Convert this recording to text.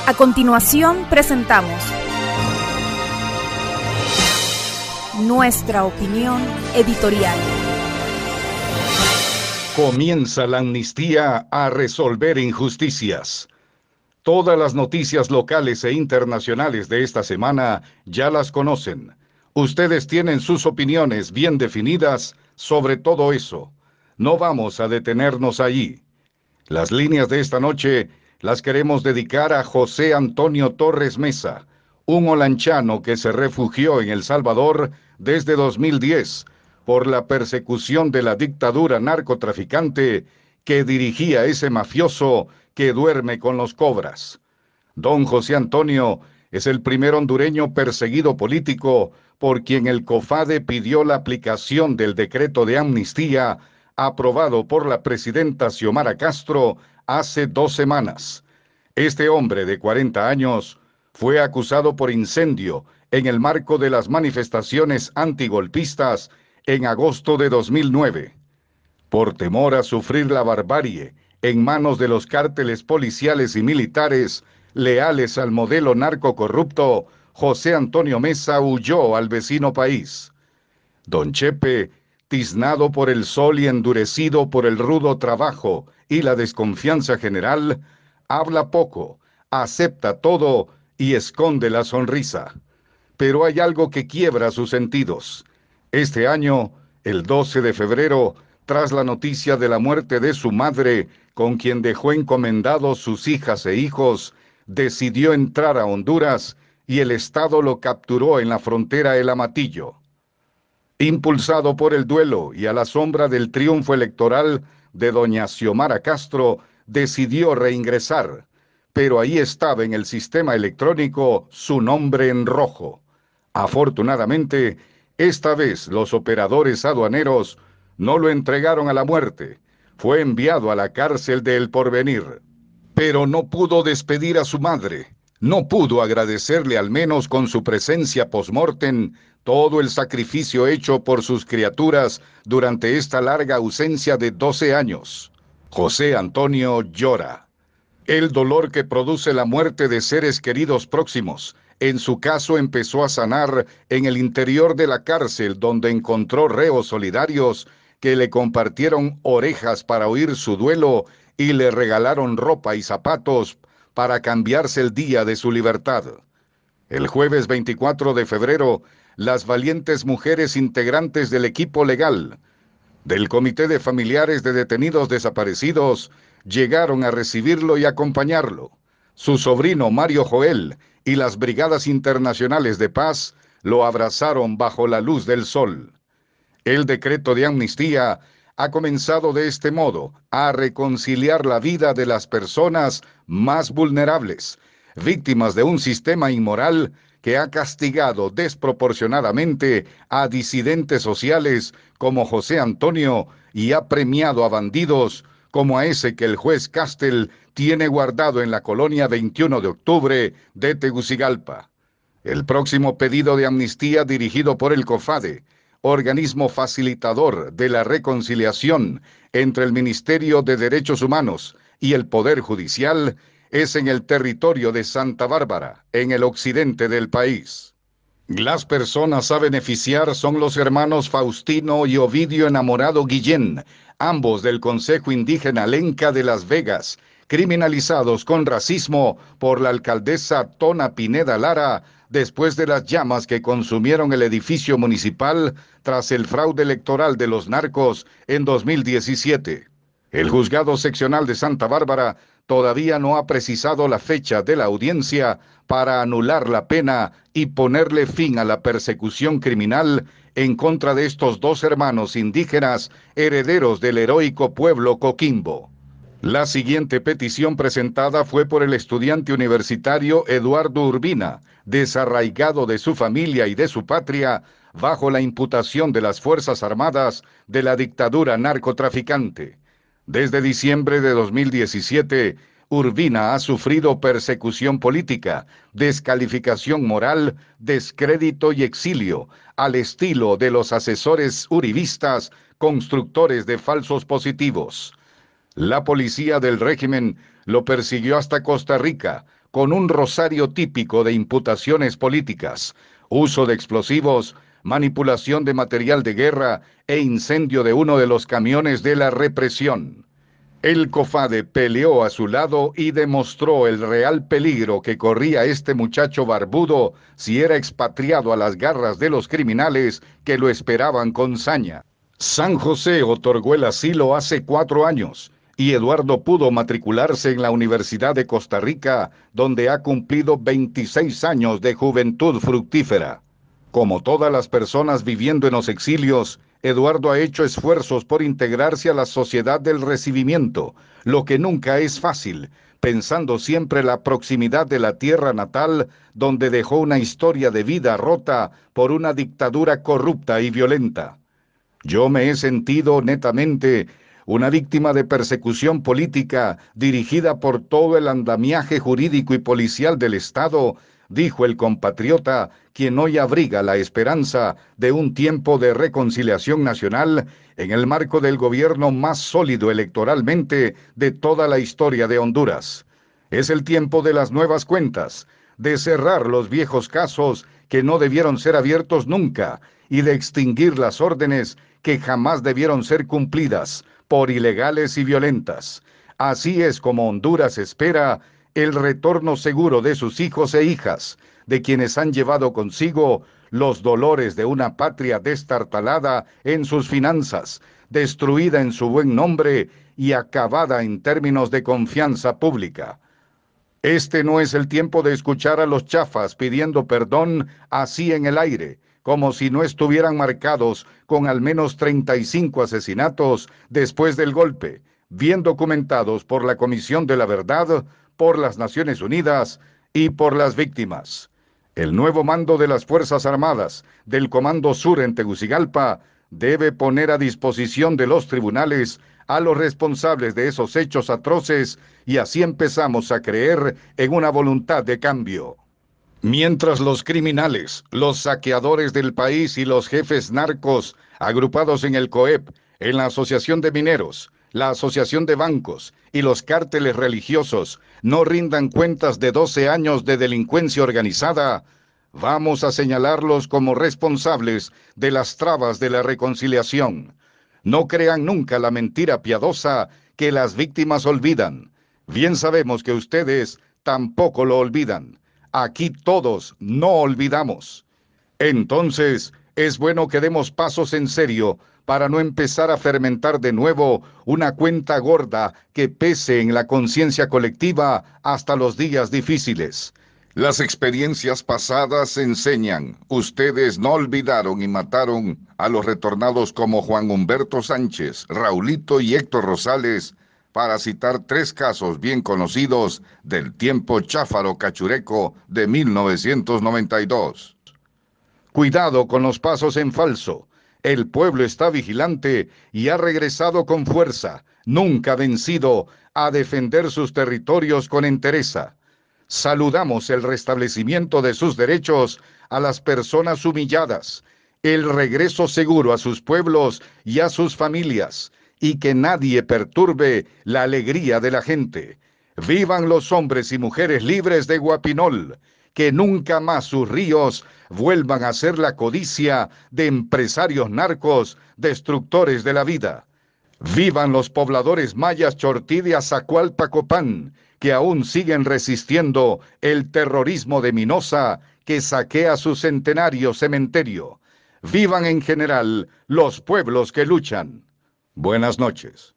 A continuación presentamos nuestra opinión editorial. Comienza la amnistía a resolver injusticias. Todas las noticias locales e internacionales de esta semana ya las conocen. Ustedes tienen sus opiniones bien definidas sobre todo eso. No vamos a detenernos allí. Las líneas de esta noche las queremos dedicar a José Antonio Torres Mesa, un olanchano que se refugió en El Salvador desde 2010 por la persecución de la dictadura narcotraficante que dirigía ese mafioso que duerme con los cobras. Don José Antonio es el primer hondureño perseguido político por quien el COFADE pidió la aplicación del decreto de amnistía aprobado por la presidenta Xiomara Castro hace 2 semanas. Este hombre de 40 años fue acusado por incendio en el marco de las manifestaciones antigolpistas en agosto de 2009. Por temor a sufrir la barbarie en manos de los cárteles policiales y militares leales al modelo narcocorrupto, José Antonio Mesa huyó al vecino país. Don Chepe, tiznado por el sol y endurecido por el rudo trabajo y la desconfianza general, habla poco, acepta todo y esconde la sonrisa. Pero hay algo que quiebra sus sentidos. Este año, el 12 de febrero, tras la noticia de la muerte de su madre, con quien dejó encomendados sus hijas e hijos, decidió entrar a Honduras y el Estado lo capturó en la frontera El Amatillo. Impulsado por el duelo y a la sombra del triunfo electoral de doña Xiomara Castro, decidió reingresar, pero ahí estaba en el sistema electrónico su nombre en rojo. Afortunadamente, esta vez los operadores aduaneros no lo entregaron a la muerte. Fue enviado a la cárcel de El Porvenir. Pero no pudo despedir a su madre. No pudo agradecerle al menos con su presencia post-mortem todo el sacrificio hecho por sus criaturas durante esta larga ausencia de 12 años. José Antonio llora. El dolor que produce la muerte de seres queridos próximos, en su caso empezó a sanar en el interior de la cárcel, donde encontró reos solidarios que le compartieron orejas para oír su duelo y le regalaron ropa y zapatos para cambiarse el día de su libertad. El jueves 24 de febrero, las valientes mujeres integrantes del equipo legal del Comité de Familiares de Detenidos Desaparecidos llegaron a recibirlo y acompañarlo. Su sobrino Mario Joel y las Brigadas Internacionales de Paz lo abrazaron bajo la luz del sol. El decreto de amnistía ha comenzado de este modo a reconciliar la vida de las personas más vulnerables, víctimas de un sistema inmoral que ha castigado desproporcionadamente a disidentes sociales como José Antonio y ha premiado a bandidos como a ese que el juez Castel tiene guardado en la colonia 21 de octubre de Tegucigalpa. El próximo pedido de amnistía dirigido por el COFADE, organismo facilitador de la reconciliación entre el Ministerio de Derechos Humanos y el Poder Judicial, es en el territorio de Santa Bárbara, en el occidente del país. Las personas a beneficiar son los hermanos Faustino y Ovidio Enamorado Guillén, ambos del Consejo Indígena Lenca de Las Vegas, criminalizados con racismo por la alcaldesa Tona Pineda Lara después de las llamas que consumieron el edificio municipal tras el fraude electoral de los narcos en 2017. El juzgado seccional de Santa Bárbara todavía no ha precisado la fecha de la audiencia para anular la pena y ponerle fin a la persecución criminal en contra de estos 2 hermanos indígenas herederos del heroico pueblo Coquimbo. La siguiente petición presentada fue por el estudiante universitario Eduardo Urbina, desarraigado de su familia y de su patria, bajo la imputación de las Fuerzas Armadas de la dictadura narcotraficante. Desde diciembre de 2017, Urbina ha sufrido persecución política, descalificación moral, descrédito y exilio, al estilo de los asesores uribistas, constructores de falsos positivos. La policía del régimen lo persiguió hasta Costa Rica, con un rosario típico de imputaciones políticas, uso de explosivos, manipulación de material de guerra e incendio de uno de los camiones de la represión. El COFADE peleó a su lado y demostró el real peligro que corría este muchacho barbudo si era expatriado a las garras de los criminales que lo esperaban con saña. San José otorgó el asilo hace 4 años y Eduardo pudo matricularse en la Universidad de Costa Rica, donde ha cumplido 26 años de juventud fructífera. Como todas las personas viviendo en los exilios, Eduardo ha hecho esfuerzos por integrarse a la sociedad del recibimiento, lo que nunca es fácil, pensando siempre en la proximidad de la tierra natal, donde dejó una historia de vida rota por una dictadura corrupta y violenta. Yo me he sentido netamente una víctima de persecución política dirigida por todo el andamiaje jurídico y policial del Estado, dijo el compatriota, quien hoy abriga la esperanza de un tiempo de reconciliación nacional en el marco del gobierno más sólido electoralmente de toda la historia de Honduras. Es el tiempo de las nuevas cuentas, de cerrar los viejos casos que no debieron ser abiertos nunca y de extinguir las órdenes que jamás debieron ser cumplidas por ilegales y violentas. Así es como Honduras espera el retorno seguro de sus hijos e hijas, de quienes han llevado consigo los dolores de una patria destartalada en sus finanzas, destruida en su buen nombre y acabada en términos de confianza pública. Este no es el tiempo de escuchar a los chafas pidiendo perdón así en el aire, como si no estuvieran marcados con al menos 35 asesinatos después del golpe, bien documentados por la Comisión de la Verdad, por las Naciones Unidas y por las víctimas. El nuevo mando de las Fuerzas Armadas del Comando Sur en Tegucigalpa debe poner a disposición de los tribunales a los responsables de esos hechos atroces y así empezamos a creer en una voluntad de cambio. Mientras los criminales, los saqueadores del país y los jefes narcos agrupados en el COEP, en la Asociación de Mineros, la Asociación de Bancos y los cárteles religiosos no rindan cuentas de 12 años de delincuencia organizada, vamos a señalarlos como responsables de las trabas de la reconciliación. No crean nunca la mentira piadosa que las víctimas olvidan. Bien sabemos que ustedes tampoco lo olvidan. Aquí todos no olvidamos. Entonces, es bueno que demos pasos en serio para no empezar a fermentar de nuevo una cuenta gorda que pese en la conciencia colectiva hasta los días difíciles. Las experiencias pasadas enseñan. Ustedes no olvidaron y mataron a los retornados como Juan Humberto Sánchez, Raulito y Héctor Rosales, para citar 3 casos bien conocidos del tiempo cháfaro cachureco de 1992. Cuidado con los pasos en falso. El pueblo está vigilante y ha regresado con fuerza, nunca vencido, a defender sus territorios con entereza. Saludamos el restablecimiento de sus derechos a las personas humilladas, el regreso seguro a sus pueblos y a sus familias, y que nadie perturbe la alegría de la gente. Vivan los hombres y mujeres libres de Guapinol, que nunca más sus ríos vuelvan a ser la codicia de empresarios narcos destructores de la vida. Vivan los pobladores mayas Chortí de Azacualpa-Copán, que aún siguen resistiendo el terrorismo de Minosa, que saquea su centenario cementerio. Vivan en general los pueblos que luchan. Buenas noches.